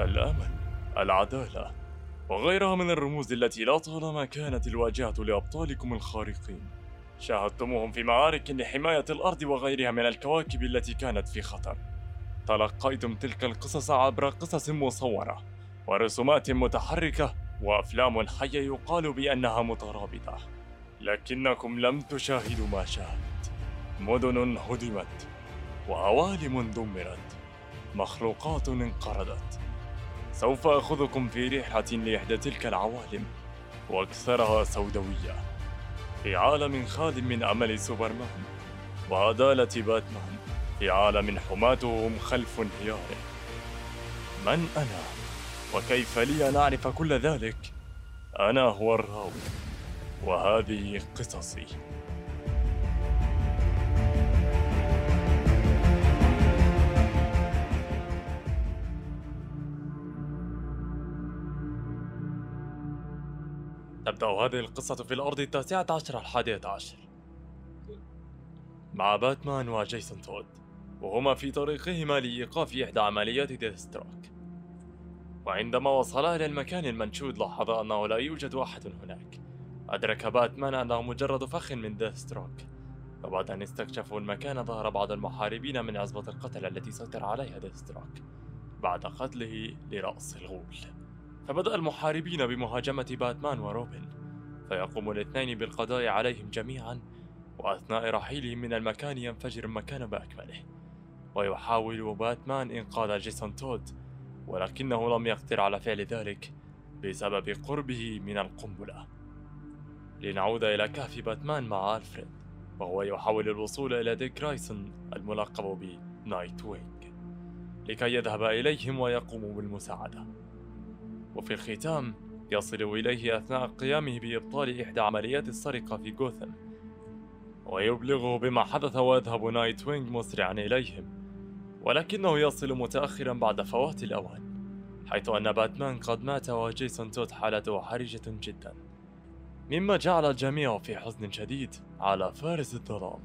الأمل، العدالة، وغيرها من الرموز التي لا طالما كانت الواجهة لأبطالكم الخارقين. شاهدتموهم في معارك لحماية الأرض وغيرها من الكواكب التي كانت في خطر. تلقيتم تلك القصص عبر قصص مصورة ورسومات متحركة وأفلام حية يقال بأنها مترابطة، لكنكم لم تشاهدوا ما شاهدت. مدن هدمت، وعوالم دمرت، مخلوقات انقرضت. سوف أخذكم في رحلة لإحدى تلك العوالم وأكثرها سوداوية، في عالم خال من أمل سوبرمان وعدالة باتمان، في عالم حماتهم خلف انهياره. من أنا؟ وكيف لي أن أعرف كل ذلك؟ أنا هو الراوي، وهذه قصصي. تبدأ هذه القصة في الأرض 19 11 مع باتمان وجيسون تود، وهما في طريقهما لإيقاف إحدى عمليات ديثستروك. وعندما وصلا إلى المكان المنشود لاحظ أنه لا يوجد أحد هناك. أدرك باتمان أنه مجرد فخ من ديثستروك، وبعد أن استكشفوا المكان ظهر بعض المحاربين من عصبة القتلة التي سيطر عليها ديثستروك بعد قتله لرأس الغول. فبدأ المحاربين بمهاجمة باتمان وروبن، فيقوم الاثنين بالقضاء عليهم جميعا، وأثناء رحيلهم من المكان ينفجر المكان بأكمله. ويحاول باتمان إنقاذ جيسون تود، ولكنه لم يقدر على فعل ذلك بسبب قربه من القنبلة. لنعود إلى كهف باتمان مع ألفريد، وهو يحاول الوصول إلى ديك جرايسون الملقب بنايت وينج لكي يذهب إليهم ويقوم بالمساعدة. وفي الختام يصل إليه أثناء قيامه بإبطال إحدى عمليات السرقة في غوثم، ويبلغه بما حدث، ويذهب نايت وينج مسرعا إليهم، ولكنه يصل متأخرا بعد فوات الأوان، حيث أن باتمان قد مات وجيسون تود حالته حرجة جدا، مما جعل الجميع في حزن شديد على فارس الظلام.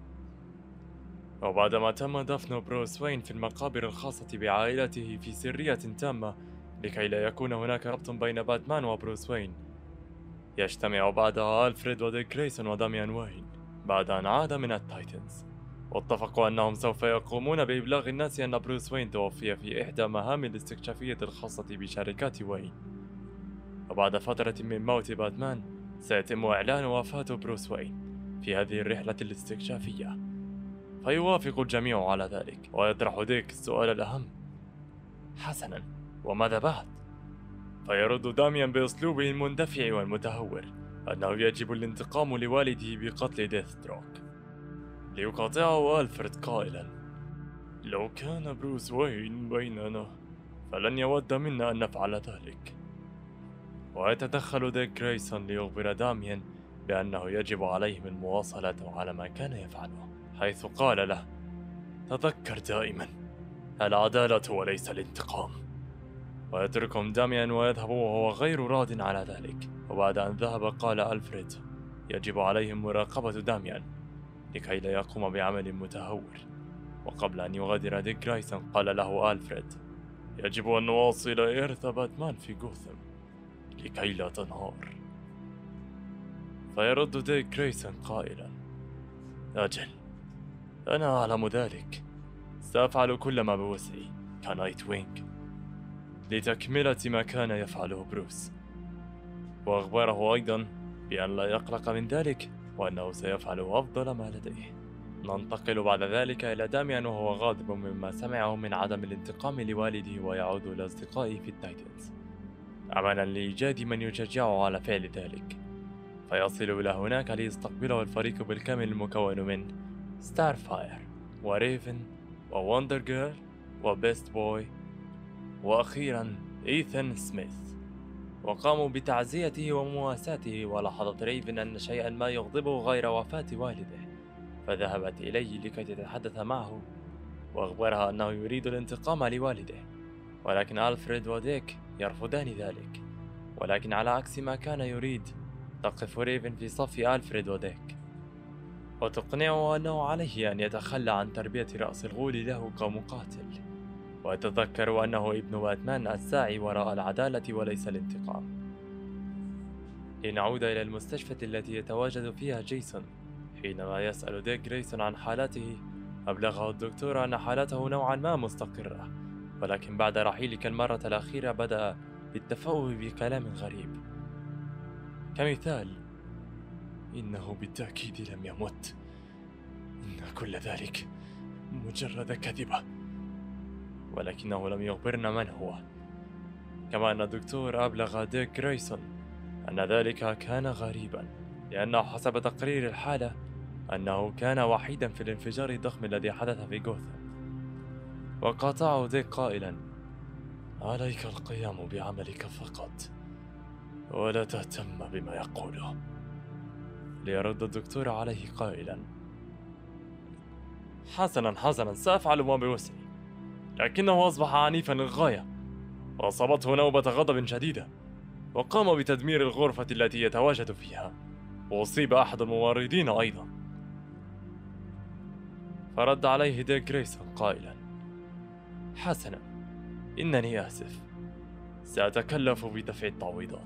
وبعدما تم دفن بروس وين في المقابر الخاصة بعائلته في سرية تامة لكي لا يكون هناك ربط بين باتمان وبروس وين، يجتمع بعدها ألفريد وديك جرايسون وداميان وين بعد أن عاد من التايتنز، واتفقوا أنهم سوف يقومون بإبلاغ الناس أن بروس وين توفي في إحدى مهام الاستكشافية الخاصة بشركات وين. وبعد فترة من موت باتمان سيتم إعلان وفاة بروس وين في هذه الرحلة الاستكشافية، فيوافق الجميع على ذلك، ويطرح ديك السؤال الأهم: حسنا، وماذا بعد؟ فيرد داميان بأسلوبه المندفع والمتهور أنه يجب الانتقام لوالده بقتل ديثستروك، ليقاطعه ألفريد قائلا: لو كان بروس وين بيننا فلن يود منا أن نفعل ذلك. ويتدخل ديك جرايسون ليخبر داميان بأنه يجب عليهم المواصلة على ما كان يفعله، حيث قال له: تذكر دائما، العدالة وليس الانتقام. ويتركهم داميان ويذهب وهو غير راض على ذلك. وبعد أن ذهب قال ألفريد: يجب عليهم مراقبة داميان لكي لا يقوم بعمل متهور. وقبل أن يغادر ديك جرايسون قال له ألفريد: يجب أن نواصل إرث باتمان في غوثم لكي لا تنهار. فيرد ديك جرايسون قائلا: أجل، أنا أعلم ذلك، سأفعل كل ما بوسعي كنايت وينج لتكملة ما كان يفعله بروس. وأخبره أيضا بأن لا يقلق من ذلك، وأنه سيفعل أفضل ما لديه. ننتقل بعد ذلك إلى داميان وهو غاضب مما سمعه من عدم الانتقام لوالده، ويعود إلى أصدقائه في التايتنز عملا لإيجاد من يشجعه على فعل ذلك. فيصل إلى هناك ليستقبله الفريق بالكامل المكون من ستار فاير وريفن ووندر جيرل وبيست بوي وأخيرا إيثان سميث. وقاموا بتعزيته ومواساته، ولاحظت ريفن أن شيئا ما يغضبه غير وفاة والده، فذهبت إليه لكي تتحدث معه، وأخبرها أنه يريد الانتقام لوالده، ولكن ألفريد وديك يرفضان ذلك. ولكن على عكس ما كان يريد، تقف ريفن في صف ألفريد وديك وتقنعه أنه عليه أن يتخلى عن تربية رأس الغول له كمقاتل، ويتذكر أنه ابن باتمان الساعي وراء العدالة وليس الانتقام. لنعود إلى المستشفى التي يتواجد فيها جيسون. حينما يسأل ديك جريسون عن حالته، أبلغه الدكتور أن حالته نوعا ما مستقرة، ولكن بعد رحيلك المرة الأخيرة بدأ بالتفوه بكلام غريب، كمثال: إنه بالتأكيد لم يمت، إن كل ذلك مجرد كذبة. ولكنه لم يخبرنا من هو. كما أن الدكتور أبلغ ديك جريسون أن ذلك كان غريبا، لأنه حسب تقرير الحالة أنه كان وحيدا في الانفجار الضخم الذي حدث في غوثام. وقاطعه ديك قائلا: عليك القيام بعملك فقط ولا تهتم بما يقوله. ليرد الدكتور عليه قائلا: حسنا سأفعل ما بوسعي. لكنه أصبح عنيفا للغاية، وأصابته نوبة غضب شديدة، وقام بتدمير الغرفة التي يتواجد فيها، وأصيب أحد الممرضين أيضا. فرد عليه ديك جريسون قائلا: حسنا، إنني آسف، سأتكلف بدفع التعويضات.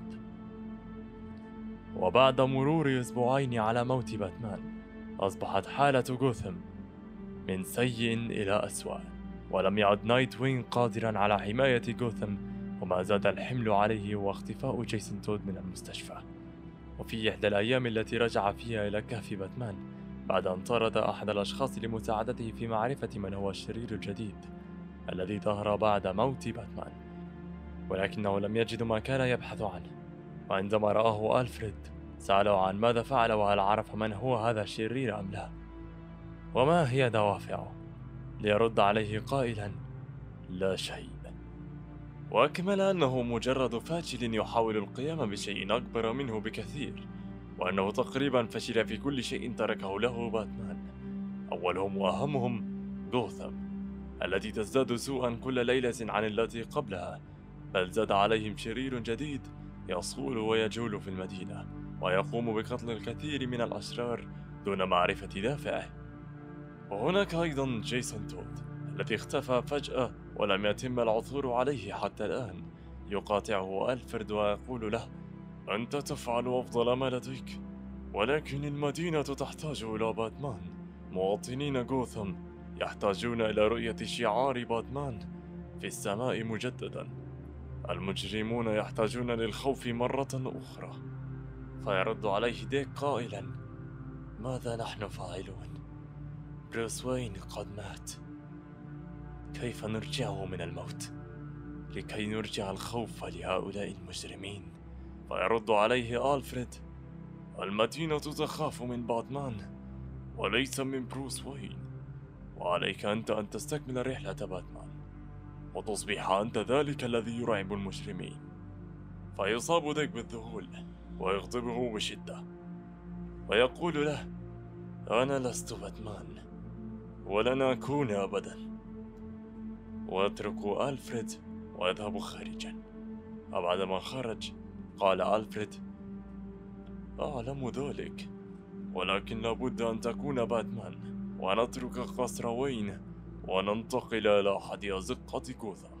وبعد مرور أسبوعين على موت باتمان، أصبحت حالة غوثام من سيء إلى أسوأ، ولم يعد نايت وين قادرا على حماية غوثام، وما زاد الحمل عليه واختفاء جيسون تود من المستشفى. وفي إحدى الأيام التي رجع فيها إلى كهف باتمان بعد أن طارد أحد الأشخاص لمساعدته في معرفة من هو الشرير الجديد الذي ظهر بعد موت باتمان، ولكنه لم يجد ما كان يبحث عنه. وعندما رآه ألفريد سأله عن ماذا فعل وهل عرف من هو هذا الشرير أم لا، وما هي دوافعه، ليرد عليه قائلا: لا شيء، وأكمل أنه مجرد فاشل يحاول القيام بشيء أكبر منه بكثير، وأنه تقريبا فشل في كل شيء تركه له باتمان، أولهم وأهمهم غوثام التي تزداد سوءا كل ليلة عن التي قبلها، بل زاد عليهم شرير جديد يصول ويجول في المدينة ويقوم بقتل الكثير من الأشرار دون معرفة دافعه. وهناك أيضا جيسون تود الذي اختفى فجأة ولم يتم العثور عليه حتى الآن. يقاطعه ألفريد ويقول له: أنت تفعل أفضل ما لديك، ولكن المدينة تحتاج إلى باتمان. مواطنين غوثام يحتاجون إلى رؤية شعار باتمان في السماء مجددا. المجرمون يحتاجون للخوف مرة أخرى. فيرد عليه ديك قائلا: ماذا نحن فاعلون؟ بروس وين قد مات، كيف نرجعه من الموت لكي نرجع الخوف لهؤلاء المجرمين؟ فيرد عليه ألفريد: المدينة تخاف من باتمان وليس من بروس وين، وعليك أنت أن تستكمل رحلة باتمان وتصبح أنت ذلك الذي يرعب المجرمين. فيصاب ديك بالذهول ويغضبه بشدة ويقول له: أنا لست باتمان ولن أكون أبدا. ويترك ألفريد ويذهب خارجا. وبعدما خرج قال ألفريد: أعلم ذلك، ولكن لابد أن تكون باتمان ونترك قصر وين وننتقل إلى أحد أزقة غوثام.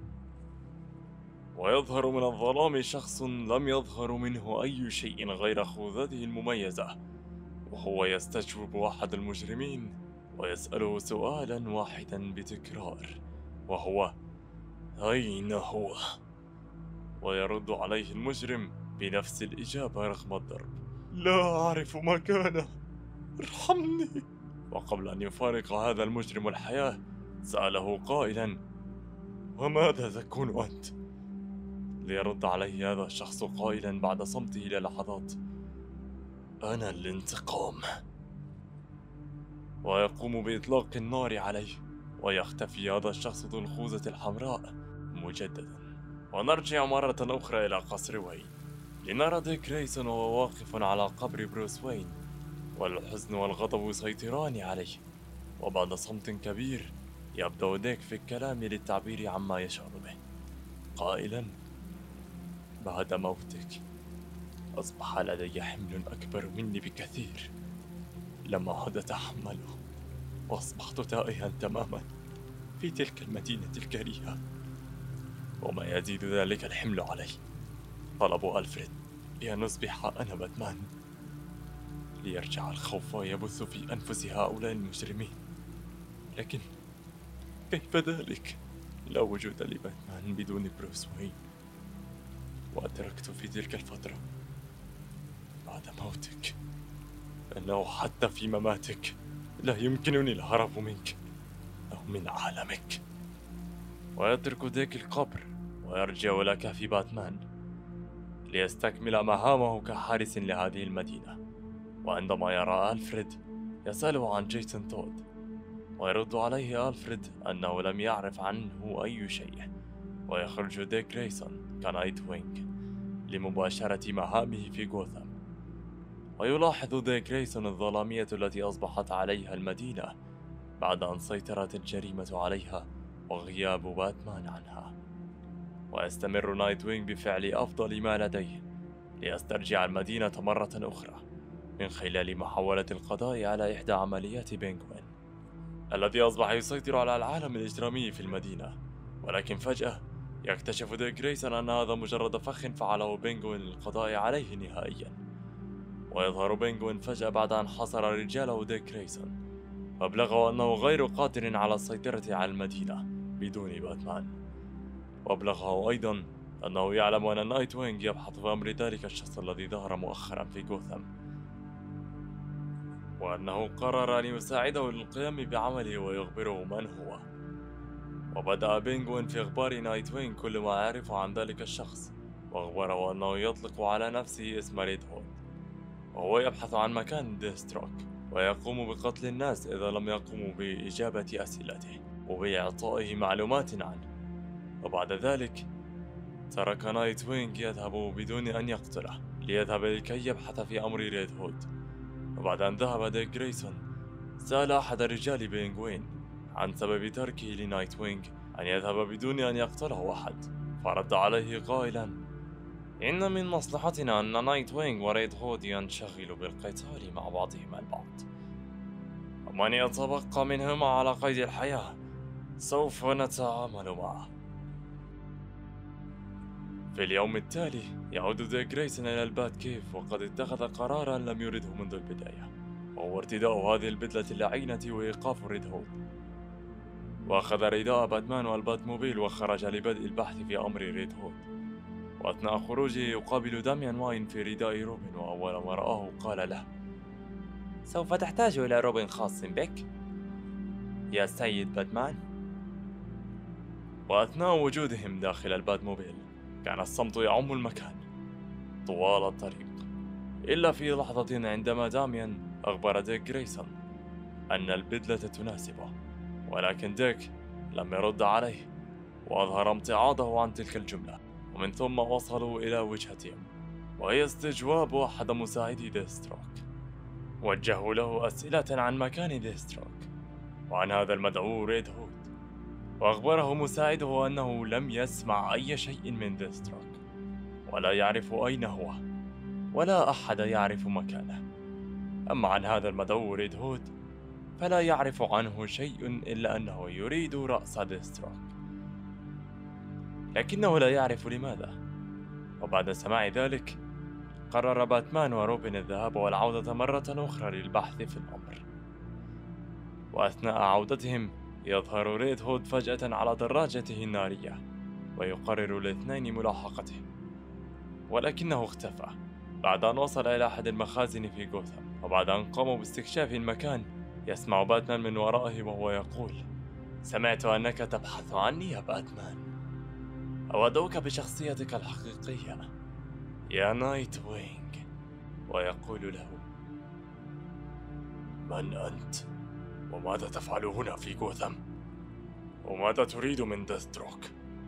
ويظهر من الظلام شخص لم يظهر منه أي شيء غير خوذته المميزة، وهو يستجوب أحد المجرمين ويسأله سؤالا واحدا بتكرار، وهو: أين هو؟ ويرد عليه المجرم بنفس الإجابة رغم الضرب: لا أعرف مكانه، ارحمني. وقبل أن يفارق هذا المجرم الحياة سأله قائلا: وماذا تكون أنت؟ ليرد عليه هذا الشخص قائلا بعد صمته للحظات: أنا الانتقام. ويقوم بإطلاق النار عليه ويختفي هذا الشخص ذو الخوذة الحمراء مجددا. ونرجع مرة أخرى إلى قصر وين لنرى ديك جريسون وهو واقف على قبر بروس وين، والحزن والغضب يسيطران عليه. وبعد صمت كبير يبدأ ديك في الكلام للتعبير عما يشعر به قائلا: بعد موتك أصبح لدي حمل أكبر مني بكثير لم أعد أتحمله، وأصبحت تائها تماما في تلك المدينة الكريهة، وما يزيد ذلك الحمل علي طلب ألفريد بأن أصبح أنا باتمان، ليرجع الخوف ويبث في أنفس هؤلاء المجرمين. لكن كيف ذلك؟ لا وجود لباتمان بدون بروس وين. وأدركت في تلك الفترة بعد موتك أنه حتى في مماتك لا يمكنني الهرب منك أو من عالمك. ويترك ديك القبر ويرجع لك في باتمان ليستكمل مهامه كحارس لهذه المدينة. وعندما يرى ألفريد يسأله عن جيسون تود، ويرد عليه ألفريد أنه لم يعرف عنه أي شيء. ويخرج ديك جريسون كنايت وينج لمباشرة مهامه في غوثام. ويلاحظ ديك جريسون الظلامية التي أصبحت عليها المدينة بعد أن سيطرت الجريمة عليها وغياب باتمان عنها. ويستمر نايت وينج بفعل أفضل ما لديه ليسترجع المدينة مرة أخرى من خلال محاولة القضاء على إحدى عمليات بينغوين الذي أصبح يسيطر على العالم الإجرامي في المدينة. ولكن فجأة يكتشف ديك جريسون أن هذا مجرد فخ فعله بينغوين للقضاء عليه نهائيا. ويظهر بينغوين فجأة بعد أن حاصر رجاله ديك جريسون، وأبلغه أنه غير قادر على السيطرة على المدينة بدون باتمان. وأبلغه أيضا أنه يعلم أن نايت وينج يبحث في أمر ذلك الشخص الذي ظهر مؤخرا في غوثام، وأنه قرر أن يساعده للقيام بعمله ويخبره من هو. وبدأ بينغوين في إخبار نايت وينج كل ما يعرفه عن ذلك الشخص، وأخبره أنه يطلق على نفسه اسم ريد هود، وهو يبحث عن مكان ديستروك ويقوم بقتل الناس إذا لم يقوموا بإجابة أسئلته وبإعطائه معلومات عنه. وبعد ذلك ترك نايت وينج يذهب بدون أن يقتله ليذهب لكي يبحث في أمر ريد هود. وبعد أن ذهب ديك جريسون سأل أحد رجال بينغوين عن سبب تركه لنايت وينج أن يذهب بدون أن يقتله أحد، فرد عليه قائلا: إن من مصلحتنا أن نايت وينج وريد هود ينشغلوا بالقتال مع بعضهما البعض، ومن يتبقى منهما على قيد الحياة سوف نتعامل معه. في اليوم التالي يعود ديك جريسون إلى البات كيف، وقد اتخذ قرارا لم يرده منذ البداية، وهو ارتداء هذه البدلة اللعينة وإيقاف ريد هود. وأخذ رداء باتمان والباتموبيل وخرج لبدء البحث في أمر ريد هود. وأثناء خروجه يقابل داميان واين في رداء روبن، وأول ما رآه قال له: سوف تحتاج إلى روبن خاص بك يا سيد باتمان. وأثناء وجودهم داخل الباتموبيل كان الصمت يعم المكان طوال الطريق، إلا في لحظة عندما داميان أخبر ديك جريسون أن البدلة تناسبه، ولكن ديك لم يرد عليه وأظهر امتعاضه عن تلك الجملة. ومن ثم وصلوا إلى وجهتهم، وهي استجواب أحد مساعدي ديستروك. وجهوا له أسئلة عن مكان ديستروك وعن هذا المدعو ريد هود، وأخبره مساعده أنه لم يسمع أي شيء من ديستروك ولا يعرف أين هو، ولا أحد يعرف مكانه. أما عن هذا المدعو ريد هود فلا يعرف عنه شيء إلا أنه يريد رأس ديستروك، لكنه لا يعرف لماذا. وبعد سماع ذلك قرر باتمان وروبن الذهاب والعودة مرة أخرى للبحث في الأمر. وأثناء عودتهم يظهر ريد هود فجأة على دراجته النارية، ويقرر الاثنين ملاحقته، ولكنه اختفى بعد أن وصل إلى أحد المخازن في غوثام. وبعد أن قاموا باستكشاف المكان يسمع باتمان من ورائه وهو يقول: سمعت أنك تبحث عني يا باتمان، أودعك بشخصيتك الحقيقية يا نايت وينج. ويقول له: من أنت؟ وماذا تفعل هنا في غوثام؟ وماذا تريد من ديستروك؟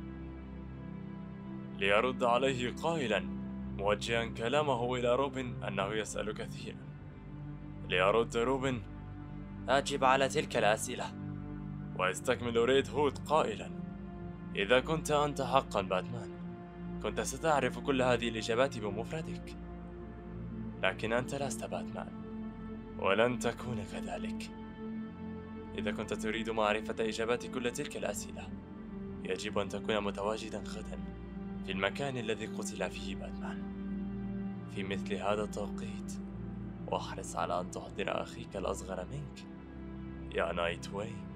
ليرد عليه قائلا موجها كلامه إلى روبن أنه يسأل كثيرا. ليرد روبن: أجب على تلك الأسئلة. ويستكمل ريد هود قائلا: إذا كنت أنت حقا باتمان كنت ستعرف كل هذه الإجابات بمفردك، لكن أنت لست باتمان ولن تكون كذلك. إذا كنت تريد معرفة إجابات كل تلك الأسئلة، يجب أن تكون متواجدا غدا في المكان الذي قتل فيه باتمان في مثل هذا التوقيت، واحرص على أن تحضر أخيك الأصغر منك يا نايت وينج.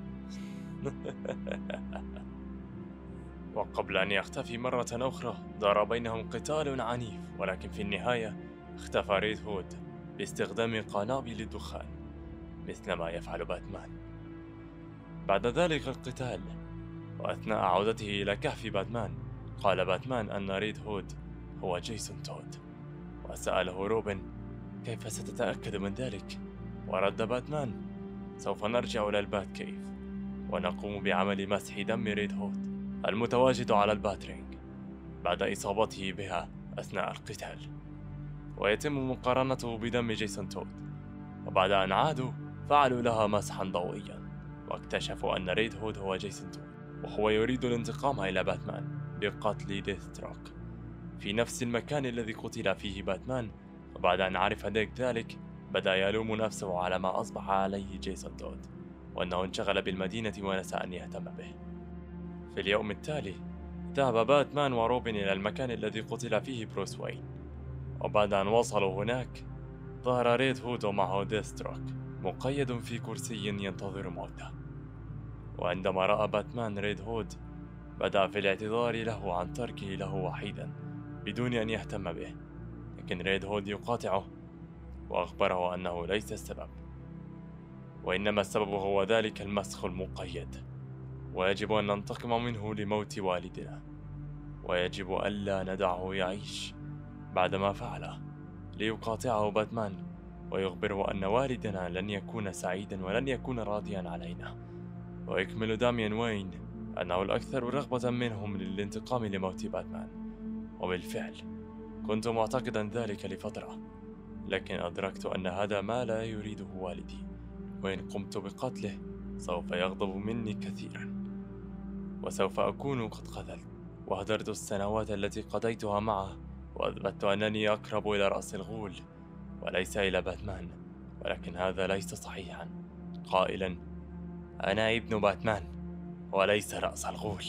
وقبل أن يختفي مرة أخرى، دار بينهم قتال عنيف، ولكن في النهاية اختفى ريد هود باستخدام قنابل الدخان مثل ما يفعل باتمان. بعد ذلك القتال، وأثناء عودته إلى كهف باتمان، قال باتمان أن ريد هود هو جيسون تود، وسأله روبن كيف ستتأكد من ذلك؟ ورد باتمان: سوف نرجع إلى البات كيف ونقوم بعمل مسح دم ريد هود المتواجد على الباترينج بعد إصابته بها أثناء القتال، ويتم مقارنته بدم جيسون تود. وبعد أن عادوا فعلوا لها مسحا ضوئيا، واكتشفوا أن ريد هود هو جيسون تود، وهو يريد الانتقام إلى باتمان بقتل ديثستروك في نفس المكان الذي قتل فيه باتمان. وبعد أن عرف ديك ذلك، بدأ يلوم نفسه على ما أصبح عليه جيسون تود، وأنه انشغل بالمدينة ونسى أن يهتم به. في اليوم التالي ذهب باتمان وروبن إلى المكان الذي قتل فيه بروس وين، وبعد أن وصلوا هناك ظهر ريد هود ومعه ديثستروك مقيد في كرسي ينتظر موته. وعندما رأى باتمان ريد هود، بدأ في الاعتذار له عن تركه له وحيدا بدون أن يهتم به، لكن ريد هود يقاطعه وأخبره أنه ليس السبب، وإنما السبب هو ذلك المسخ المقيد، ويجب أن ننتقم منه لموت والدنا، ويجب ألا ندعه يعيش بعدما فعله. ليقاطعه باتمان ويخبره أن والدنا لن يكون سعيدا ولن يكون راضيا علينا، ويكمل داميان وين أنه الأكثر رغبة منهم للانتقام لموت باتمان. وبالفعل كنت معتقدا ذلك لفترة، لكن أدركت أن هذا ما لا يريده والدي، وإن قمت بقتله سوف يغضب مني كثيرا، وسوف أكون قد قتلت وهدرت السنوات التي قضيتها معه، وأثبت أنني أقرب إلى رأس الغول وليس إلى باتمان. ولكن هذا ليس صحيحا، قائلا أنا ابن باتمان وليس رأس الغول.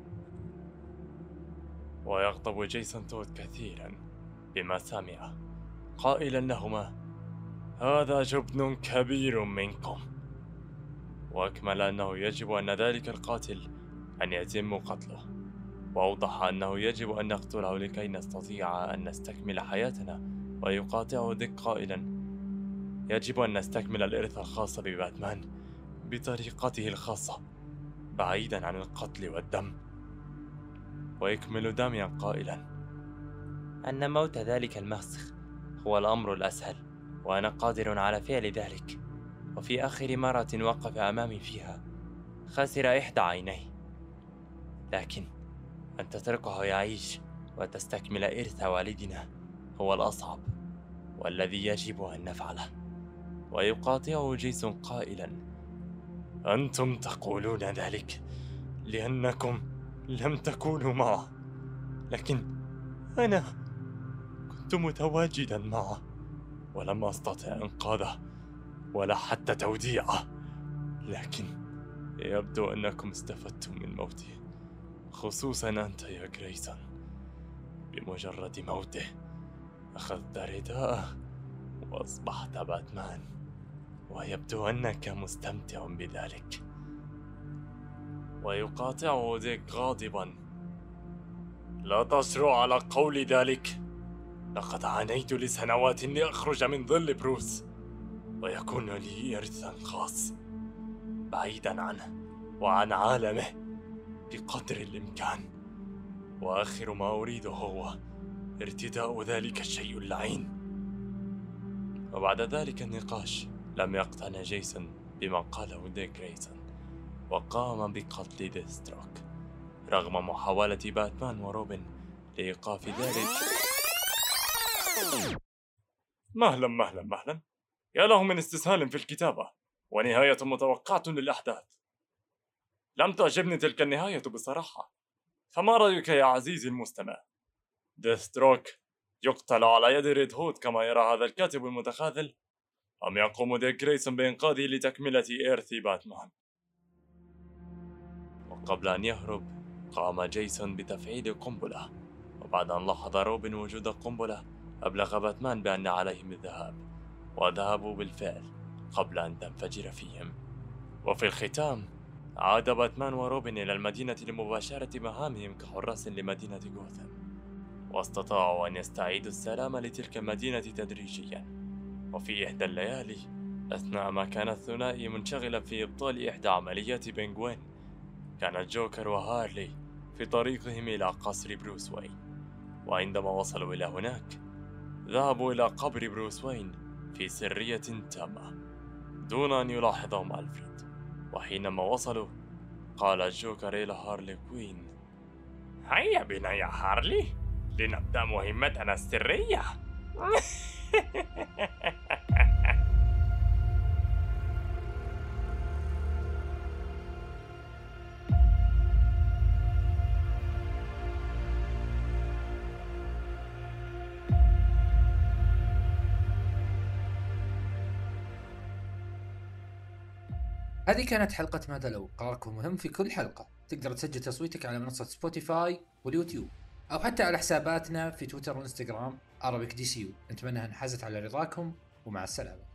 ويغضب جيسون تود كثيرا بما سمع، قائلا لهما هذا جبن كبير منكم، وأكمل أنه يجب أن ذلك القاتل أن يتم قتله، وأوضح أنه يجب أن نقتله لكي نستطيع أن نستكمل حياتنا. ويقاطعه ديك قائلا يجب أن نستكمل الإرث الخاص بباتمان بطريقته الخاصة بعيدا عن القتل والدم. ويكمل داميان قائلا أن موت ذلك المسخ هو الأمر الأسهل، وأنا قادر على فعل ذلك. وفي آخر مرة وقف أمامي فيها خسر إحدى عينيه، لكن أن تتركه يعيش وتستكمل إرث والدنا هو الأصعب والذي يجب أن نفعله. ويقاطعه جيسون قائلا أنتم تقولون ذلك لأنكم لم تكونوا معه، لكن أنا كنت متواجدا معه ولم أستطع إنقاذه ولا حتى توديعه، لكن يبدو أنكم استفدتم من موته، خصوصا أنت يا جريسون. بمجرد موته أخذت رداءه وأصبحت باتمان، ويبدو أنك مستمتع بذلك. ويقاطعه ديك غاضبا لا تجرؤ على قول ذلك، لقد عانيت لسنوات لأخرج من ظل بروس ويكون لي إرث خاص بعيدا عنه وعن عالمه بقدر الإمكان، وآخر ما أريده هو ارتداء ذلك الشيء اللعين. وبعد ذلك النقاش لم يقتنع جيسون بما قاله ديك جريسون، وقام بقتل ديثستروك رغم محاولة باتمان وروبن لإيقاف ذلك. مهلا مهلا مهلا، يا له من استسهال في الكتابة ونهاية متوقعة للأحداث. لم تعجبني تلك النهاية بصراحة، فما رأيك يا عزيزي المستمع؟ ديثستروك يقتل على يد ريد هود كما يرى هذا الكاتب المتخاذل، أم يقوم ديك جريسون بإنقاذه لتكملة إرث باتمان. وقبل أن يهرب قام جيسون بتفعيل قنبلة، وبعد أن لاحظ روبن وجود القنبلة أبلغ باتمان بأن عليهم الذهاب، وذهبوا بالفعل قبل أن تنفجر فيهم. وفي الختام عاد باتمان وروبن إلى المدينة لمباشرة مهامهم كحراس لمدينة غوثام، واستطاعوا أن يستعيدوا السلام لتلك المدينة تدريجيا. وفي إحدى الليالي أثناء ما كان الثنائي منشغلا في إبطال إحدى عمليات بنغوين، كان الجوكر وهارلي في طريقهم إلى قصر بروس وين. وعندما وصلوا إلى هناك ذهبوا إلى قبر بروس وين في سرية تامة دون أن يلاحظهم ألفريد. وحينما وصلوا قال الجوكر إلى هارلي كوين: هيا بنا يا هارلي لنبدأ مهمتنا السرية. هذه كانت حلقة ماذا لو. قراركم مهم في كل حلقة. تقدر تسجل تصويتك على منصة سبوتيفاي واليوتيوب، أو حتى على حساباتنا في تويتر وإنستغرام عربيك دي سي يو. نتمنى أن حازت على رضاكم، ومع السلامة.